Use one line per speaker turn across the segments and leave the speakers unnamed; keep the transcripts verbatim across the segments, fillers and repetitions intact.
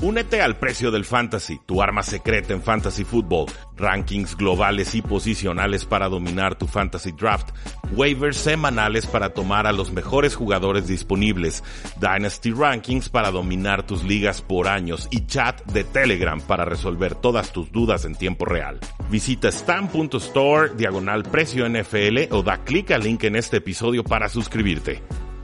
Únete al Precio del Fantasy, tu arma secreta en Fantasy Football, rankings globales y posicionales para dominar tu Fantasy Draft, waivers semanales para tomar a los mejores jugadores disponibles, Dynasty Rankings para dominar tus ligas por años y chat de Telegram para resolver todas tus dudas en tiempo real. Visita stan punto store diagonal precio N F L o da clic al link en este episodio para suscribirte.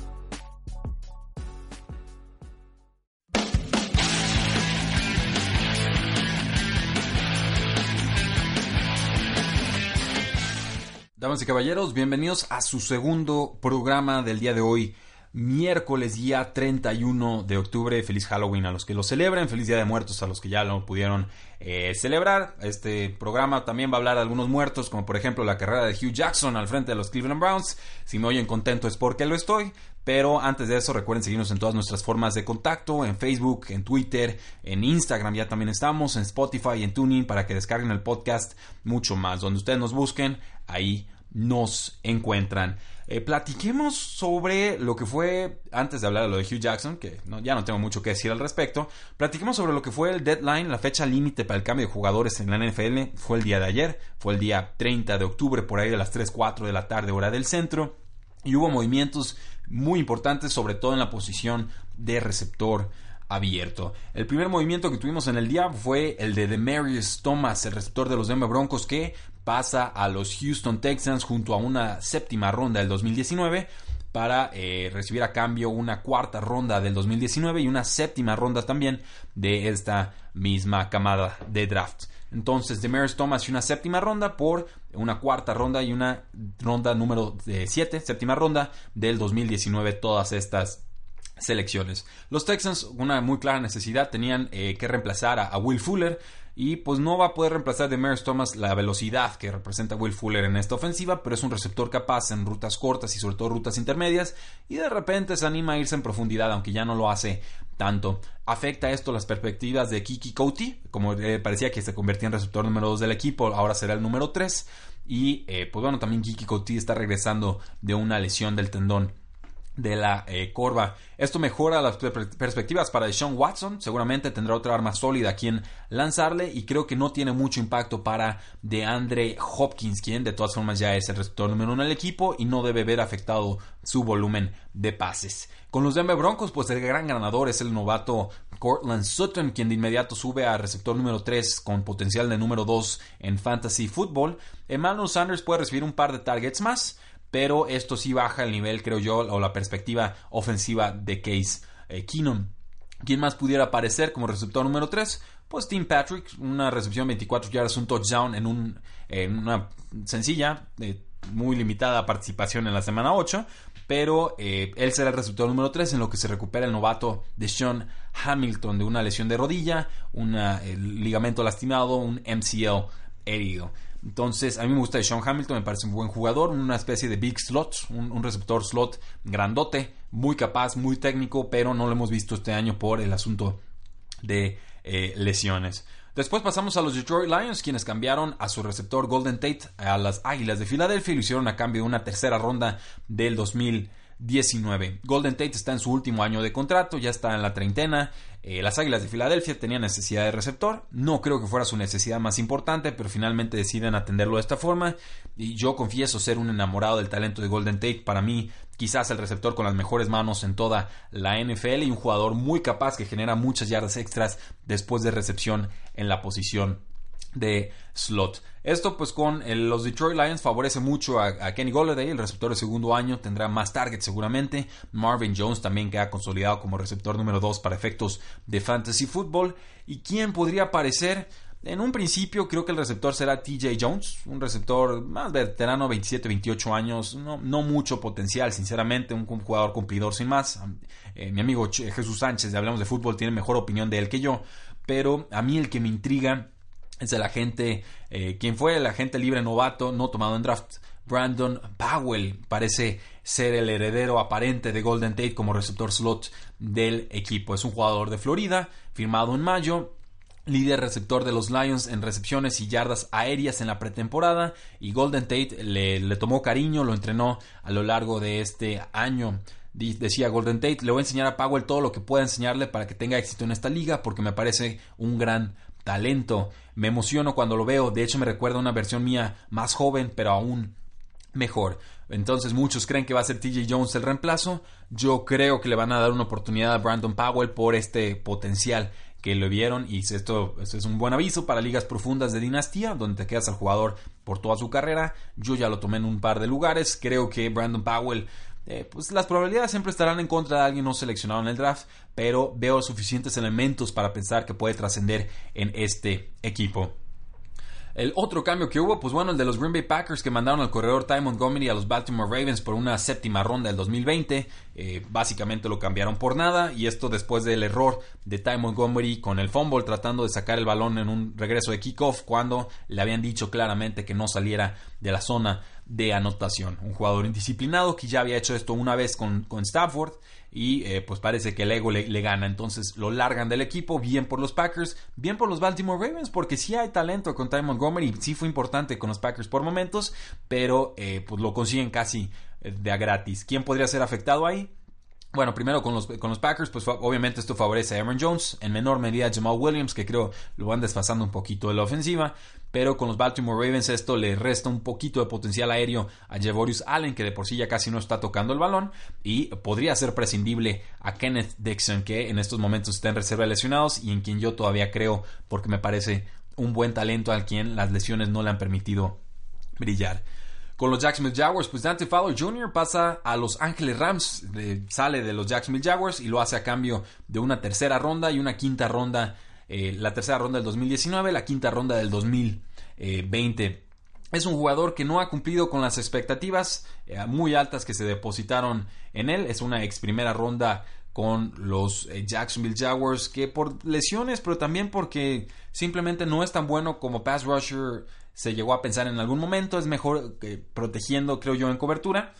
Damas y caballeros, bienvenidos a su segundo programa del día de hoy, miércoles día treinta y uno de octubre. Feliz Halloween a los que lo celebren, feliz Día de Muertos a los que ya lo pudieron eh, celebrar. Este programa también va a hablar de algunos muertos, como por ejemplo la carrera de Hugh Jackson al frente de los Cleveland Browns. Si me oyen contento es porque lo estoy. Pero antes de eso, recuerden seguirnos en todas nuestras formas de contacto, en Facebook, en Twitter, en Instagram ya también estamos, en Spotify y en TuneIn para que descarguen el podcast, mucho más. Donde ustedes nos busquen, ahí nos encuentran. Eh, platiquemos sobre lo que fue, antes de hablar de lo de Hugh Jackson, que no, ya no tengo mucho que decir al respecto, platiquemos sobre lo que fue el deadline, la fecha límite para el cambio de jugadores en la N F L. Fue el día de ayer, fue el día treinta de octubre, por ahí de las tres, cuatro de la tarde, hora del centro. Y hubo movimientos muy importantes, sobre todo en la posición de receptor abierto. El primer movimiento que tuvimos en el día fue el de Demaryius Thomas, el receptor de los Denver Broncos, que pasa a los Houston Texans junto a una séptima ronda del dos mil diecinueve para eh, recibir a cambio una cuarta ronda del dos mil diecinueve y una séptima ronda también de esta misma camada de draft. Entonces, Demaryius Thomas y una séptima ronda por una cuarta ronda y una ronda número siete, séptima ronda del dos mil diecinueve, todas estas selecciones. Los Texans, una muy clara necesidad, tenían eh, que reemplazar a, a Will Fuller. Y pues no va a poder reemplazar de Demaryius Thomas la velocidad que representa Will Fuller en esta ofensiva, pero es un receptor capaz en rutas cortas y sobre todo rutas intermedias, y de repente se anima a irse en profundidad, aunque ya no lo hace tanto. ¿Afecta esto las perspectivas de Keke Coutee? Como eh, parecía que se convertía en receptor número dos del equipo, ahora será el número tres. Y eh, pues bueno, también Keke Coutee está regresando de una lesión del tendón de la eh, corva. Esto mejora las per- perspectivas para Deshaun Watson. Seguramente tendrá otra arma sólida a quien lanzarle, y creo que no tiene mucho impacto para DeAndre Hopkins, quien de todas formas ya es el receptor número uno del equipo y no debe ver afectado su volumen de pases. Con los Denver Broncos, pues el gran ganador es el novato Courtland Sutton, quien de inmediato sube a receptor número tres con potencial de número dos en Fantasy Football. Emmanuel Sanders puede recibir un par de targets más, pero esto sí baja el nivel, creo yo, o la perspectiva ofensiva de Case eh, Keenum. ¿Quién más pudiera aparecer como receptor número tres? Pues Tim Patrick, una recepción veinticuatro yardas, un touchdown en, un, en una sencilla, eh, muy limitada participación en la semana ocho, pero eh, él será el receptor número tres en lo que se recupera el novato Deshaun Hamilton de una lesión de rodilla, un ligamento lastimado, un M C L herido. Entonces, a mí me gusta Deshaun Hamilton, me parece un buen jugador, una especie de big slot, un, un receptor slot grandote, muy capaz, muy técnico, pero no lo hemos visto este año por el asunto de eh, lesiones. Después pasamos a los Detroit Lions, quienes cambiaron a su receptor Golden Tate a las Águilas de Filadelfia y lo hicieron a cambio de una tercera ronda del dos mil diecinueve. Golden Tate está en su último año de contrato, ya está en la treintena. Eh, las Águilas de Filadelfia tenían necesidad de receptor. No creo que fuera su necesidad más importante, pero finalmente deciden atenderlo de esta forma. Y yo confieso ser un enamorado del talento de Golden Tate. Para mí, quizás el receptor con las mejores manos en toda la N F L y un jugador muy capaz que genera muchas yardas extras después de recepción en la posición de slot. Esto pues con el, los Detroit Lions favorece mucho a, a Kenny Golladay, el receptor de segundo año, tendrá más targets seguramente. Marvin Jones también queda consolidado como receptor número dos para efectos de Fantasy Football. ¿Y quién podría aparecer? En un principio creo que el receptor será T J Jones, un receptor más veterano, veintisiete, veintiocho años, no, no mucho potencial sinceramente, un, un jugador cumplidor sin más. Eh, mi amigo Ch- Jesús Sánchez de Hablamos de Fútbol tiene mejor opinión de él que yo, pero a mí el que me intriga es el agente, eh, quien fue el agente libre novato no tomado en draft, Brandon Powell. Parece ser el heredero aparente de Golden Tate como receptor slot del equipo. Es un jugador de Florida, firmado en mayo, líder receptor de los Lions en recepciones y yardas aéreas en la pretemporada, y Golden Tate le, le tomó cariño, lo entrenó a lo largo de este año Decía Golden Tate, le voy a enseñar a Powell todo lo que pueda enseñarle para que tenga éxito en esta liga, porque me parece un gran talento. Me emociono cuando lo veo. De hecho, me recuerda a una versión mía más joven, pero aún mejor. Entonces muchos creen que va a ser T J Jones el reemplazo. Yo creo que le van a dar una oportunidad a Brandon Powell por este potencial que lo vieron, y esto, esto es un buen aviso para ligas profundas de dinastía, donde te quedas al jugador por toda su carrera. Yo ya lo tomé en un par de lugares. Creo que Brandon Powell, eh, pues las probabilidades siempre estarán en contra de alguien no seleccionado en el draft, pero veo suficientes elementos para pensar que puede trascender en este equipo. El otro cambio que hubo, pues bueno, el de los Green Bay Packers, que mandaron al corredor Ty Montgomery a los Baltimore Ravens por una séptima ronda del dos mil veinte. Eh, básicamente lo cambiaron por nada, y esto después del error de Ty Montgomery con el fumble tratando de sacar el balón en un regreso de kickoff, cuando le habían dicho claramente que no saliera de la zona de anotación. Un jugador indisciplinado que ya había hecho esto una vez con, con Stafford, y eh, pues parece que el ego le, le gana. Entonces lo largan del equipo. Bien por los Packers, bien por los Baltimore Ravens, porque sí hay talento con Ty Montgomery. Sí fue importante con los Packers por momentos, pero eh, pues lo consiguen casi de a gratis. ¿Quién podría ser afectado ahí? Bueno, primero con los, con los Packers, pues obviamente esto favorece a Aaron Jones, en menor medida a Jamal Williams, que creo lo van desfasando un poquito de la ofensiva, pero con los Baltimore Ravens esto le resta un poquito de potencial aéreo a Javorius Allen, que de por sí ya casi no está tocando el balón, y podría ser prescindible a Kenneth Dixon, que en estos momentos está en reserva de lesionados, y en quien yo todavía creo, porque me parece un buen talento al quien las lesiones no le han permitido brillar. Con los Jacksonville Jaguars, pues Dante Fowler junior pasa a Los Ángeles Rams, de, sale de los Jacksonville Jaguars y lo hace a cambio de una tercera ronda y una quinta ronda, eh, la tercera ronda del dos mil diecinueve, la quinta ronda del dos mil veinte. Es un jugador que no ha cumplido con las expectativas eh, muy altas que se depositaron en él. Es una ex primera ronda con los eh, Jacksonville Jaguars, que por lesiones, pero también porque simplemente no es tan bueno como pass rusher se llegó a pensar en algún momento. Es mejor eh, protegiendo, creo yo, en cobertura.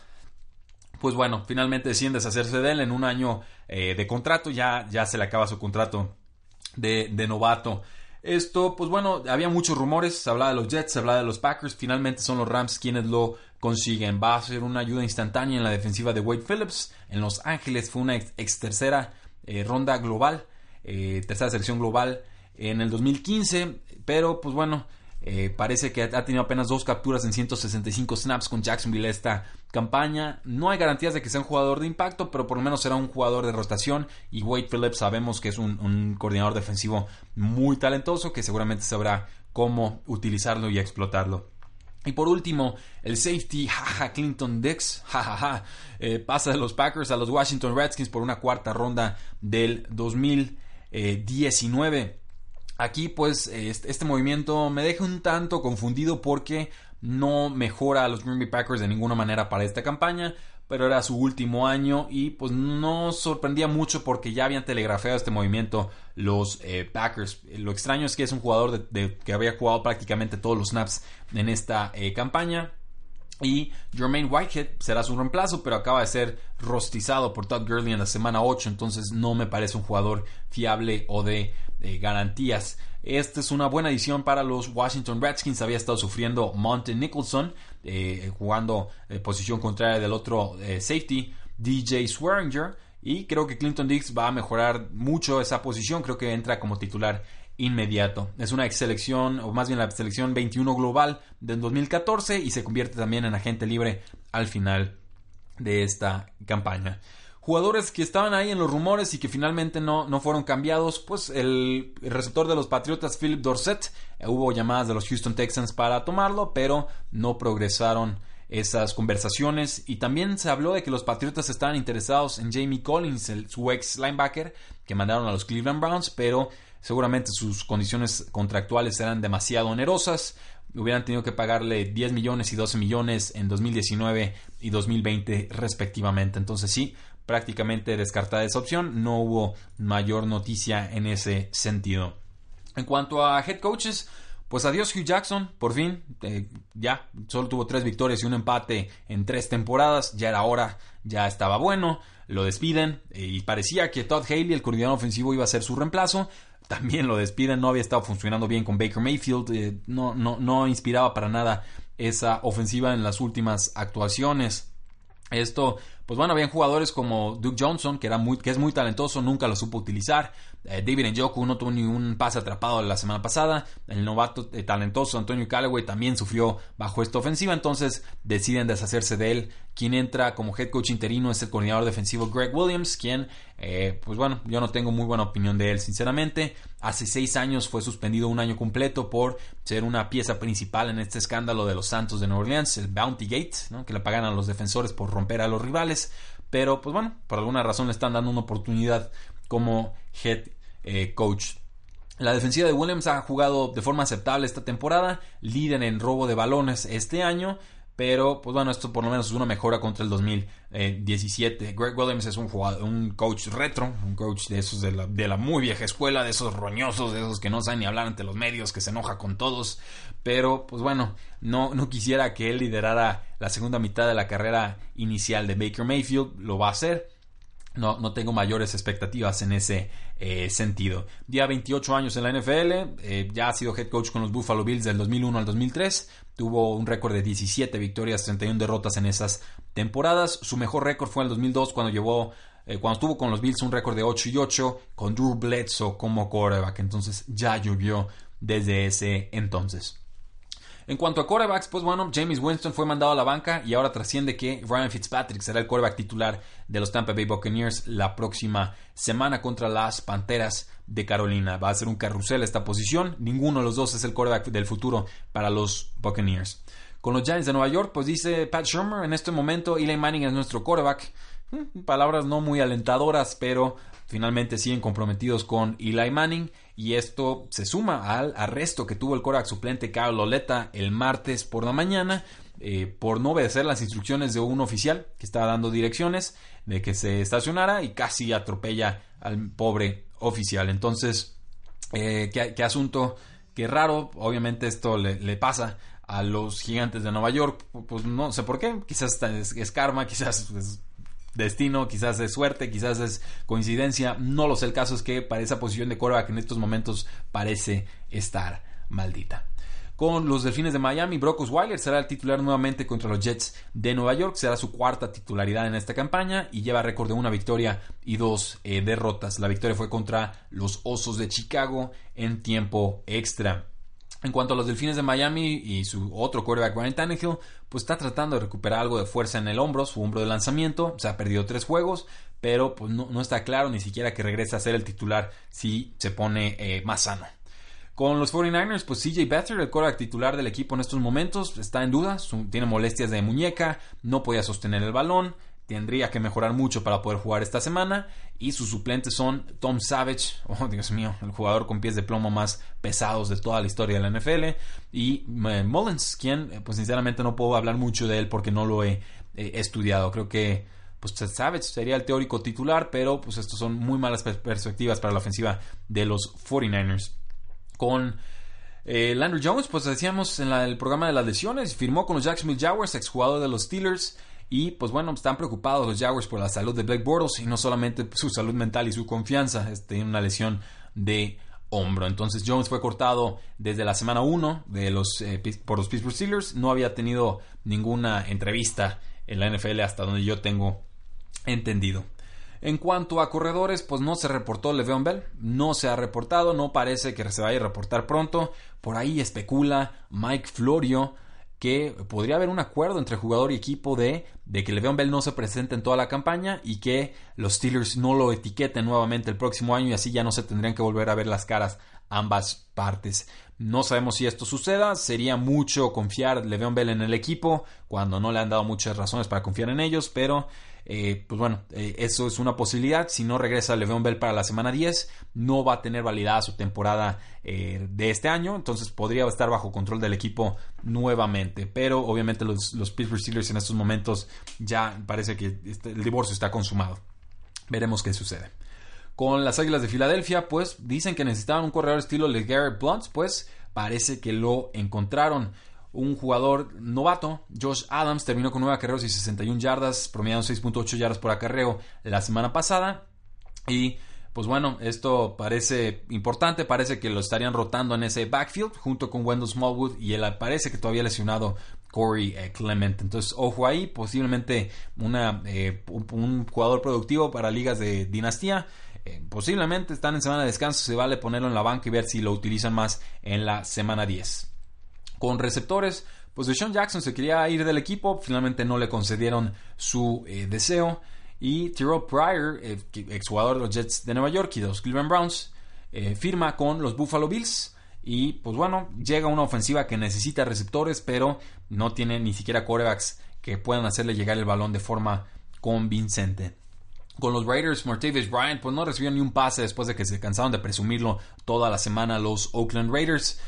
Pues bueno, finalmente deciden deshacerse de él en un año eh, de contrato. Ya, ya se le acaba su contrato de, de novato. Esto, pues bueno, había muchos rumores. Se hablaba de los Jets, se hablaba de los Packers. Finalmente son los Rams quienes lo consiguen. Va a ser una ayuda instantánea en la defensiva de Wade Phillips. En Los Ángeles fue una ex, ex tercera eh, ronda global, eh, tercera selección global en el dos mil quince. Pero pues bueno, Eh, parece que ha tenido apenas dos capturas en ciento sesenta y cinco snaps con Jacksonville esta campaña. No hay garantías de que sea un jugador de impacto, pero por lo menos será un jugador de rotación. Y Wade Phillips sabemos que es un, un coordinador defensivo muy talentoso, que seguramente sabrá cómo utilizarlo y explotarlo. Y por último, el safety jaja, Clinton Dix jajaja, eh, pasa de los Packers a los Washington Redskins por una cuarta ronda del dos mil diecinueve. Aquí pues este, este movimiento me deja un tanto confundido porque no mejora a los Green Bay Packers de ninguna manera para esta campaña, pero era su último año y pues no sorprendía mucho porque ya habían telegrafiado este movimiento los eh, Packers. Lo extraño es que es un jugador de, de, que había jugado prácticamente todos los snaps en esta eh, campaña. Y Jermaine Whitehead será su reemplazo, pero acaba de ser rostizado por Todd Gurley en la semana ocho, entonces no me parece un jugador fiable o de eh, garantías. Esta es una buena adición para los Washington Redskins. Había estado sufriendo Monte Nicholson, eh, jugando eh, posición contraria del otro eh, safety, D J Swearinger, y creo que Clinton Dix va a mejorar mucho esa posición. Creo que entra como titular inmediato. Es una ex selección, o más bien la selección veintiuno global del dos mil catorce, y se convierte también en agente libre al final de esta campaña. Jugadores que estaban ahí en los rumores y que finalmente no, no fueron cambiados, pues el, el receptor de los Patriotas, Philip Dorsett, eh, hubo llamadas de los Houston Texans para tomarlo, pero no progresaron esas conversaciones. Y también se habló de que los Patriotas estaban interesados en Jamie Collins, el, su ex linebacker, que mandaron a los Cleveland Browns, pero seguramente sus condiciones contractuales eran demasiado onerosas. Hubieran tenido que pagarle diez millones y doce millones en dos mil diecinueve y dos mil veinte respectivamente. Entonces sí, prácticamente descartada esa opción. No hubo mayor noticia en ese sentido. En cuanto a head coaches, pues adiós Hugh Jackson, por fin. Eh, ya, solo tuvo tres victorias y un empate en tres temporadas. Ya era hora, ya estaba bueno. Lo despiden eh, y parecía que Todd Haley, el coordinador ofensivo, iba a ser su reemplazo. También lo despiden, no había estado funcionando bien con Baker Mayfield, eh, no, no, no inspiraba para nada esa ofensiva en las últimas actuaciones. Esto pues bueno, habían jugadores como Duke Johnson, que, era muy, que es muy talentoso, nunca lo supo utilizar. Eh, David Njoku no tuvo ni un pase atrapado la semana pasada. El novato eh, talentoso Antonio Callaway también sufrió bajo esta ofensiva, entonces deciden deshacerse de él. Quien entra como head coach interino es el coordinador defensivo Greg Williams, quien, eh, pues bueno, yo no tengo muy buena opinión de él, sinceramente. Hace seis años fue suspendido un año completo por ser una pieza principal en este escándalo de los Santos de Nueva Orleans, el Bounty Gate, ¿no? Que le pagan a los defensores por romper a los rivales. Pero, pues bueno, por alguna razón le están dando una oportunidad como head eh, coach. La defensiva de Williams ha jugado de forma aceptable esta temporada, líder en robo de balones este año, pero pues bueno, esto por lo menos es una mejora contra el dos mil diecisiete. Greg Williams es un jugador, un coach retro, un coach de esos de la, de la muy vieja escuela, de esos roñosos, de esos que no saben ni hablar ante los medios, que se enoja con todos, pero pues bueno, no, no quisiera que él liderara la segunda mitad de la carrera inicial de Baker Mayfield. Lo va a hacer. No, no tengo mayores expectativas en ese eh, sentido. Ya veintiocho años en la N F L, eh, ya ha sido head coach con los Buffalo Bills del dos mil uno al dos mil tres. Tuvo un récord de diecisiete victorias, treinta y una derrotas en esas temporadas. Su mejor récord fue en el dos mil dos cuando llevó, eh, cuando estuvo con los Bills, un récord de ocho y ocho con Drew Bledsoe como quarterback. Entonces ya llovió desde ese entonces. En cuanto a quarterbacks, pues bueno, Jameis Winston fue mandado a la banca y ahora trasciende que Ryan Fitzpatrick será el quarterback titular de los Tampa Bay Buccaneers la próxima semana contra las Panteras de Carolina. Va a ser un carrusel esta posición. Ninguno de los dos es el quarterback del futuro para los Buccaneers. Con los Giants de Nueva York, pues dice Pat Shurmur, en este momento Eli Manning es nuestro quarterback. Palabras no muy alentadoras, pero finalmente siguen comprometidos con Eli Manning, y esto se suma al arresto que tuvo el quarterback suplente Kyle Lauletta el martes por la mañana eh, por no obedecer las instrucciones de un oficial que estaba dando direcciones de que se estacionara y casi atropella al pobre oficial. Entonces, eh, ¿qué, qué asunto, qué raro. Obviamente esto le, le pasa a los Gigantes de Nueva York, pues no sé por qué, quizás es, es karma, quizás es destino, quizás es suerte, quizás es coincidencia, no lo sé. El caso es que para esa posición de quarterback en estos momentos parece estar maldita. Con los Delfines de Miami, Brock Osweiler será el titular nuevamente contra los Jets de Nueva York. Será su cuarta titularidad en esta campaña y lleva récord de una victoria y dos eh, derrotas. La victoria fue contra los Osos de Chicago en tiempo extra. En cuanto a los Delfines de Miami y su otro quarterback, Ryan Tannehill, pues está tratando de recuperar algo de fuerza en el hombro, su hombro de lanzamiento. Se ha perdido tres juegos, pero pues no, no está claro ni siquiera que regrese a ser el titular si se pone eh, más sano. Con los cuarenta y nueve ers, pues C J Beathard, el quarterback titular del equipo en estos momentos, está en duda. Su, tiene molestias de muñeca, no podía sostener el balón. Tendría que mejorar mucho para poder jugar esta semana. Y sus suplentes son Tom Savage, oh Dios mío, el jugador con pies de plomo más pesados de toda la historia de la N F L, y eh, Mullins, quien pues sinceramente no puedo hablar mucho de él porque no lo he eh, estudiado. Creo que pues Savage sería el teórico titular, pero pues estos son muy malas perspectivas para la ofensiva de los cuarenta y nueve ers. Con eh, Landry Jones, pues decíamos en la, el programa de las lesiones, firmó con los Jacksonville Jaguars, exjugador de los Steelers. Y pues bueno, están preocupados los Jaguars por la salud de Blake Bortles y no solamente su salud mental y su confianza. Tiene una lesión de hombro. Entonces Jones fue cortado desde la semana uno de los, eh, por los Pittsburgh Steelers. No había tenido ninguna entrevista en la N F L hasta donde yo tengo entendido. En cuanto a corredores, pues no se reportó Le'Veon Bell. No se ha reportado, no parece que se vaya a reportar pronto. Por ahí especula Mike Florio que podría haber un acuerdo entre jugador y equipo de, de que Le'Veon Bell no se presente en toda la campaña y que los Steelers no lo etiqueten nuevamente el próximo año, y así ya no se tendrían que volver a ver las caras ambas partes. No sabemos si esto suceda. Sería mucho confiar Le'Veon Bell en el equipo cuando no le han dado muchas razones para confiar en ellos, pero eh, pues bueno, eh, eso es una posibilidad. Si no regresa Le'Veon Bell para la semana diez, no va a tener validada su temporada eh, de este año, entonces podría estar bajo control del equipo nuevamente, pero obviamente los, los Pittsburgh Steelers en estos momentos ya parece que este, el divorcio está consumado. Veremos qué sucede. Con las Águilas de Filadelfia, pues dicen que necesitaban un corredor estilo LeGarrette Blount, pues parece que lo encontraron. Un jugador novato, Josh Adams, terminó con nueve acarreos y sesenta y una yardas, promediando seis punto ocho yardas por acarreo la semana pasada. Y pues bueno, esto parece importante, parece que lo estarían rotando en ese backfield junto con Wendell Smallwood, y él parece que todavía lesionado Corey eh, Clement. Entonces, ojo ahí, posiblemente una, eh, un, un jugador productivo para ligas de dinastía. Eh, posiblemente están en semana de descanso, se vale ponerlo en la banca y ver si lo utilizan más en la semana diez. Con receptores, pues DeSean Jackson se quería ir del equipo, finalmente no le concedieron su eh, deseo. Y Terrell Pryor, eh, exjugador de los Jets de Nueva York y de los Cleveland Browns, eh, firma con los Buffalo Bills. Y pues bueno, llega una ofensiva que necesita receptores, pero no tiene ni siquiera quarterbacks que puedan hacerle llegar el balón de forma convincente. Con los Raiders, Martavis Bryant pues no recibió ni un pase después de que se cansaron de presumirlo toda la semana los Oakland Raiders.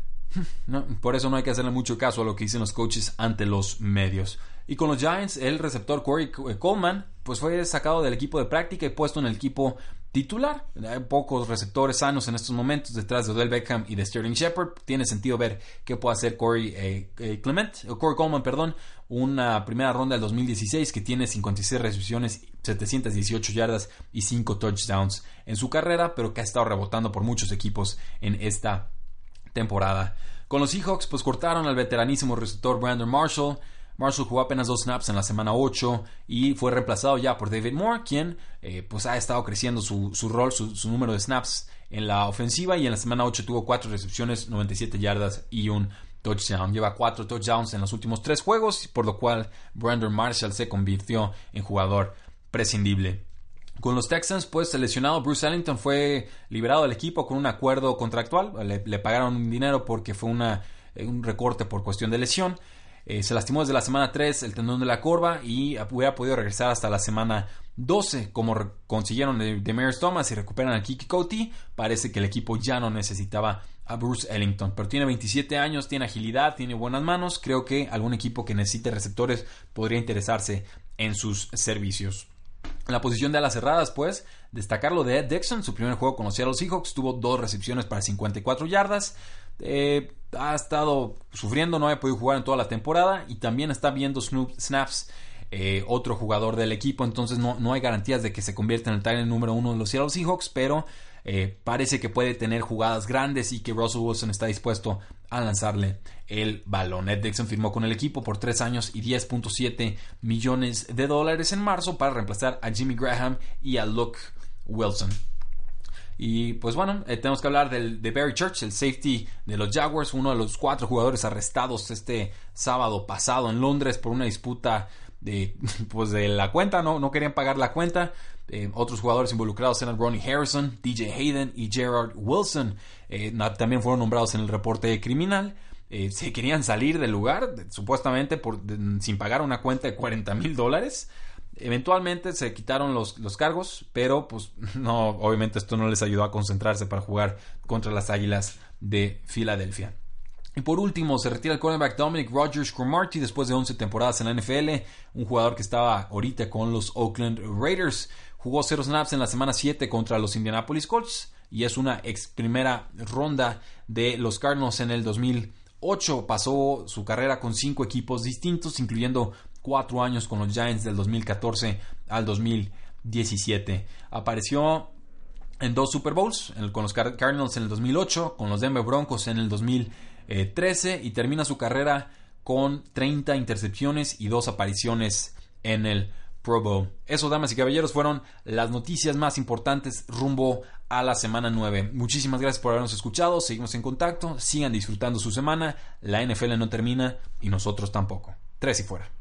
No, por eso no hay que hacerle mucho caso a lo que dicen los coaches ante los medios. Y con los Giants, el receptor Corey Coleman pues fue sacado del equipo de práctica y puesto en el equipo titular. Hay pocos receptores sanos en estos momentos detrás de Odell Beckham y de Sterling Shepard. Tiene sentido ver qué puede hacer Corey eh, eh, Clement, o Corey Coleman, perdón, una primera ronda del dos mil dieciséis que tiene cincuenta y seis recepciones, setecientas dieciocho yardas y cinco touchdowns en su carrera, pero que ha estado rebotando por muchos equipos en esta temporada. Con los Seahawks pues cortaron al veteranísimo receptor Brandon Marshall. Marshall jugó apenas dos snaps en la semana ocho y fue reemplazado ya por David Moore, quien eh, pues ha estado creciendo su, su rol, su, su número de snaps en la ofensiva, y en la semana ocho tuvo cuatro recepciones, noventa y siete yardas y un touchdown. Lleva cuatro touchdowns en los últimos tres juegos, por lo cual Brandon Marshall se convirtió en jugador prescindible. Con los Texans, pues el lesionado Bruce Ellington fue liberado del equipo con un acuerdo contractual. Le, le pagaron dinero porque fue una, un recorte por cuestión de lesión. Eh, se lastimó desde la semana tres el tendón de la corva y hubiera podido regresar hasta la semana doce. Como re- consiguieron de Demaryius Thomas y recuperan a Kiki Coutee, parece que el equipo ya no necesitaba a Bruce Ellington. Pero tiene veintisiete años, tiene agilidad, tiene buenas manos. Creo que algún equipo que necesite receptores podría interesarse en sus servicios. En la posición de alas cerradas, pues, destacar lo de Ed Dixon. Su primer juego con los Seattle Seahawks tuvo dos recepciones para cincuenta y cuatro yardas. Eh, ha estado sufriendo, no ha podido jugar en toda la temporada y también está viendo snoop, snaps eh, otro jugador del equipo. Entonces no, no hay garantías de que se convierta en el tight end número uno de los Seattle Seahawks, pero eh, parece que puede tener jugadas grandes y que Russell Wilson está dispuesto a lanzarle el balón. Ed Dixon firmó con el equipo por tres años y diez punto siete millones de dólares en marzo para reemplazar a Jimmy Graham y a Luke Wilson. Y pues bueno, eh, tenemos que hablar del, de Barry Church, el safety de los Jaguars, uno de los cuatro jugadores arrestados este sábado pasado en Londres por una disputa de, pues de la cuenta, no, no querían pagar la cuenta. Eh, otros jugadores involucrados eran Ronnie Harrison, D J Hayden y Gerard Wilson. Eh, también fueron nombrados en el reporte criminal. Eh, se querían salir del lugar, de, supuestamente por, de, sin pagar una cuenta de cuarenta mil dólares. Eventualmente se quitaron los, los cargos, pero pues no, obviamente esto no les ayudó a concentrarse para jugar contra las Águilas de Filadelfia. Y por último, se retira el cornerback Dominic Rodgers-Cromartie después de once temporadas en la N F L, un jugador que estaba ahorita con los Oakland Raiders. Jugó cero snaps en la semana siete contra los Indianapolis Colts y es una ex primera ronda de los Cardinals en el dos mil ocho. Pasó su carrera con cinco equipos distintos, incluyendo cuatro años con los Giants del dos mil catorce al dos mil diecisiete. Apareció en dos Super Bowls, con los Cardinals en el dos mil ocho, con los Denver Broncos en el dos mil trece y termina su carrera con treinta intercepciones y dos apariciones en el Pro Bowl. Eso, damas y caballeros, fueron las noticias más importantes rumbo a la semana nueve. Muchísimas gracias por habernos escuchado. Seguimos en contacto. Sigan disfrutando su semana. La N F L no termina y nosotros tampoco. Tres y fuera.